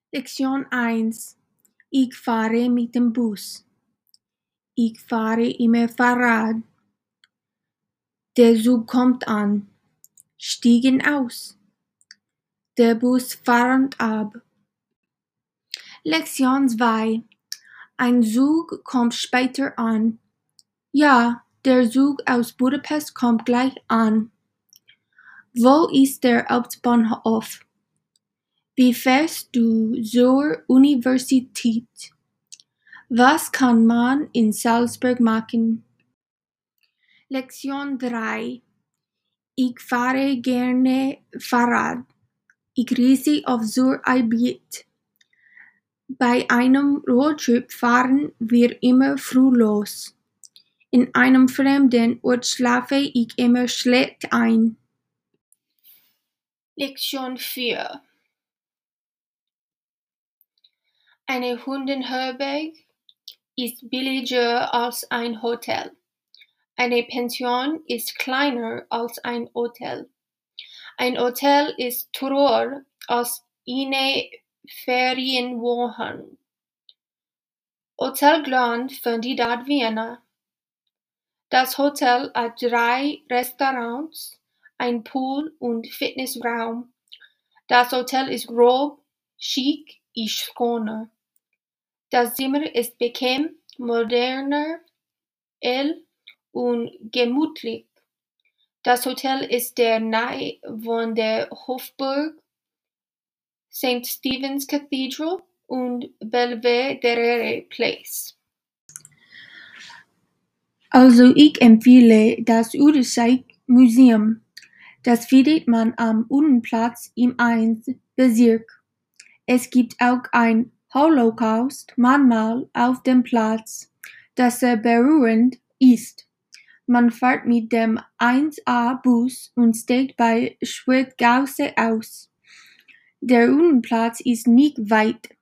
Lektion 1. Ich fahre mit dem Bus. Ich fahre immer Fahrrad. Der Zug kommt an. Stiegen aus. Der Bus fährt ab. Lektion 2. Ein Zug kommt später an. Ja, der Zug aus Budapest kommt gleich an. Wo ist der Hauptbahnhof? Wie fährst du zur Universität? Was kann man in Salzburg machen? Lektion 3. Ich fahre gerne Fahrrad. Ich reise oft zur Arbeit. Bei einem Roadtrip fahren wir immer früh los. In einem fremden Ort schlafe ich immer schlecht ein. Lektion 4. Eine Hundeherberge ist billiger als ein Hotel. Eine Pension ist kleiner als ein Hotel. Ein Hotel ist teurer als eine Ferienwohnung. Hotel Grand von die Stadt Vienna. Das Hotel hat 3 Restaurants, ein Pool und Fitnessraum. Das Hotel ist grob, schick, schöner. Das Zimmer ist bequem, moderner, hell und gemütlich. Das Hotel ist der Nähe von der Hofburg, St. Stephen's Cathedral und Belvedere Place. Also ich empfehle das Ursich Museum. Das findet man am Uhrenplatz im 1. Bezirk. Es gibt auch ein Holocaust-Mahnmal auf dem Platz, das sehr berührend ist. Man fährt mit dem 1A-Bus und steigt bei Schwedgasse aus. Der Uhrenplatz ist nicht weit